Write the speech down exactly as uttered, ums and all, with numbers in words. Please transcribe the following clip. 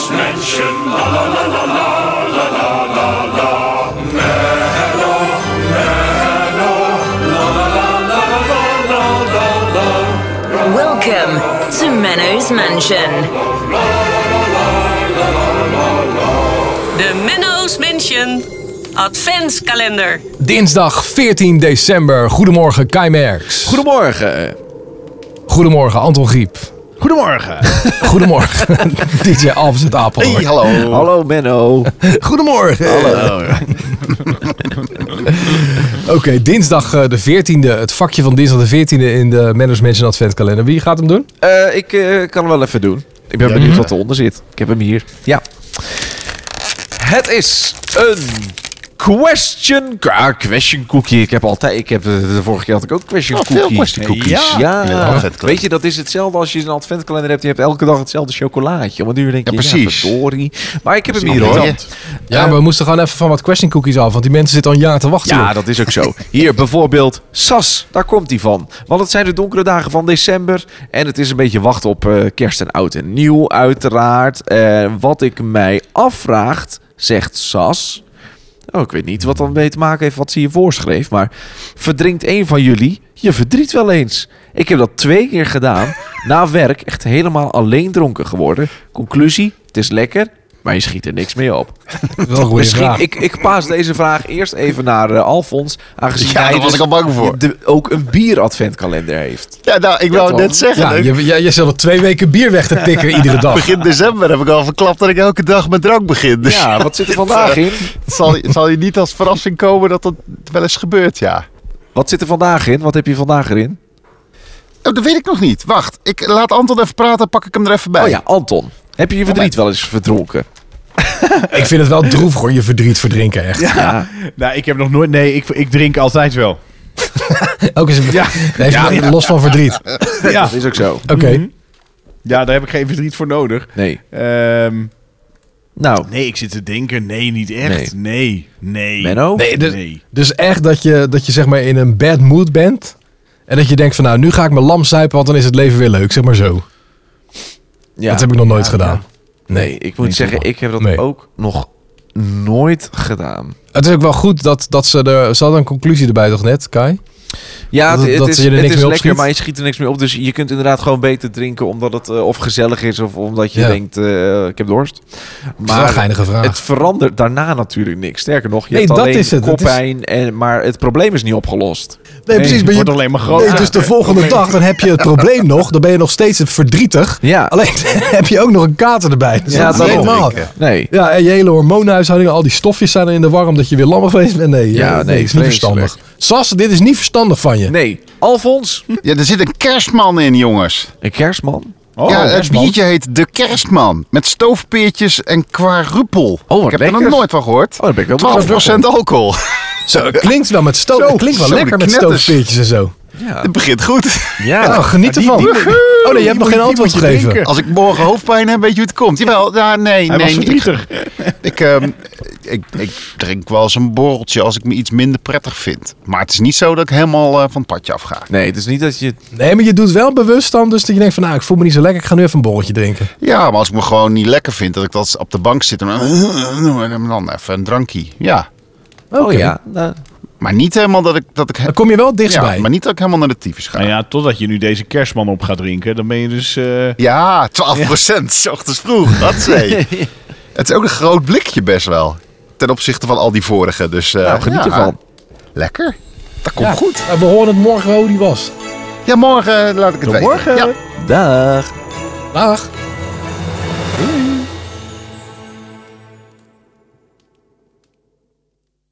Menno's Mansion. La la la la la la la la la. Menno, Menno, la la la la la la la. Welcome to Menno's Mansion. De Menno's Mansion Adventskalender. Dinsdag veertien december. Goedemorgen, Kai Merks. Goedemorgen. Goedemorgen, Anton Griep. Goedemorgen. Goedemorgen, D J Alves uit Apeldoorn. Hey, hallo. Hallo Menno. Goedemorgen. Hallo. Oké, okay, dinsdag uh, de veertiende. Het vakje van dinsdag de veertiende in de Menno's Mansion Adventkalender. Wie gaat hem doen? Uh, ik uh, kan hem wel even doen. Ik ben ja, benieuwd ja. wat eronder zit. Ik heb hem hier. Ja. Het is een question, ah, question cookie. Ik heb altijd, ik heb de, de vorige keer had ik ook question oh, cookies. Veel question cookies. Ja, ja. Weet je, dat is hetzelfde als je een adventkalender hebt. Je hebt elke dag hetzelfde chocolaatje. Want nu denk je, ja, precies. Ja, verdorie. Maar ik heb hem Zie hier hoor. Ja, uh, maar we moesten gewoon even van wat question cookies af. Want die mensen zitten al een jaar te wachten. Ja, joh. dat is ook zo. Hier bijvoorbeeld Sas, daar komt hij van. Want het zijn de donkere dagen van december. En het is een beetje wachten op uh, kerst en oud en nieuw uiteraard. Uh, wat ik mij afvraag, zegt Sas. Oh, ik weet niet wat dan mee te maken heeft wat ze hier voorschreef. Maar verdrinkt een van jullie je verdriet wel eens? Ik heb dat twee keer gedaan. Na werk echt helemaal alleen dronken geworden. Conclusie, het is lekker. Maar je schiet er niks mee op. Wel een goede Misschien, vraag. ik, ik paas deze vraag eerst even naar uh, Alfons. Aangezien Ja, hij daar was dus ik al bang voor. de, ook een bier-adventkalender heeft. Ja, nou, ik wou Ja, net toch? zeggen. Ja, ik- je, je, je zult er twee weken bier weg te tikken iedere dag. Begin december heb ik al verklapt dat ik elke dag met drank begin. Dus Ja, wat zit er vandaag in? het zal, het zal je niet als verrassing komen dat dat wel eens gebeurt, ja. Wat zit er vandaag in? Wat heb je vandaag erin? Oh, dat weet ik nog niet. Wacht, ik laat Anton even praten, pak ik hem er even bij. Oh ja, Anton. Heb je je verdriet wel eens verdronken? Ik vind het wel droef hoor, je verdriet verdrinken echt. Ja. Ja, nou, ik heb nog nooit... Nee, ik, ik drink altijd wel. Ook eens, Ja. nee, Ja, ja. los van verdriet. Ja, Dat is ook zo. Oké. Mhm. Ja, daar heb ik geen verdriet voor nodig. Nee. Ehm, Nou, nee, ik zit te denken. Nee, niet echt. Nee, nee. Menno? Nee, dus, Nee. dus echt dat je, dat je zeg maar in een bad mood bent. En dat je denkt van nou, nu ga ik mijn lam zuipen, want dan is het leven weer leuk. Zeg maar zo. Ja. Dat heb ik nog nooit Ja, gedaan. Nee, ik moet Nee, zeggen, toch? ik heb dat Nee. ook nog nooit gedaan. Het is ook wel goed dat, dat ze er... Ze hadden een conclusie erbij toch net, Kai? Ja, Dat- het, het dat is, je er het niks is mee lekker, opschiet? maar je schiet er niks mee op. Dus je kunt inderdaad gewoon beter drinken omdat het uh, of gezellig is of omdat je Ja. denkt, uh, ik heb dorst. Maar, wel een Maar geinige vraag. het verandert daarna natuurlijk niks. Sterker nog, je Nee, hebt dat alleen is het. Het is- koppijn, en, maar het probleem is niet opgelost. nee, precies. het Ben je, wordt alleen maar nee, groter. dus de volgende dag dan heb je het probleem nog. Dan ben je nog steeds verdrietig. Ja, Alleen heb je ook nog een kater erbij. Dus Ja, dat is daarom. helemaal. nee. Ja, en je hele hormoonhuishouding, al die stofjes zijn er in de war omdat je weer lammer geweest bent. Nee, Ja, ja, nee, nee, is niet vreselijk. verstandig. Sas, dit is niet verstandig van je. Nee. Alfons? Ja, er zit een kerstman in, jongens. Een kerstman? Oh, ja, het kerstman. biertje heet De Kerstman. Met stoofpeertjes en kwarupel. Oh, wat ik heb lekker. er nog nooit van gehoord. Oh, daar ben ik wel twaalf procent alcohol. Zo, het klinkt wel met stoof. Zo, Het klinkt wel zo, lekker de met knetters. stoofpeertjes en zo. Ja. Het begint goed. Ja. Nou, geniet die- ervan. die- Oh nee, je hebt nog geen die antwoord moet je gegeven. drinken. Als ik morgen hoofdpijn heb, weet je hoe het komt. Jawel, ja, nee, Hij nee. was Ik, verdrietig. ik, ehm, ik, ik drink wel eens een borreltje als ik me iets minder prettig vind. Maar het is niet zo dat ik helemaal eh, van het padje afga. Nee, het is niet dat je... Nee, maar je doet wel bewust dan. Dus dat je denkt van nou, ik voel me niet zo lekker. Ik ga nu even een borreltje drinken. Ja, maar als ik me gewoon niet lekker vind, dat ik dat op de bank zit en dan, dan even een drankje. Ja, Oké. Oh ja. Nou, maar niet helemaal dat ik... Dat ik Dan kom je wel dichtstbij. ja, maar niet dat ik helemaal naar de tyfus ga. Nou ja, totdat je nu deze kerstman op gaat drinken, dan ben je dus... eh, Ja, twaalf procent, 's ochtends vroeg. Dat zei. Het is ook een groot blikje best wel. Ten opzichte van al die vorige. Dus eh, nou, geniet ja, ervan. Lekker. Dat komt Ja, goed. We horen het morgen hoe die was. Ja, morgen laat ik het Tot weten. morgen. Ja. Dag. Dag.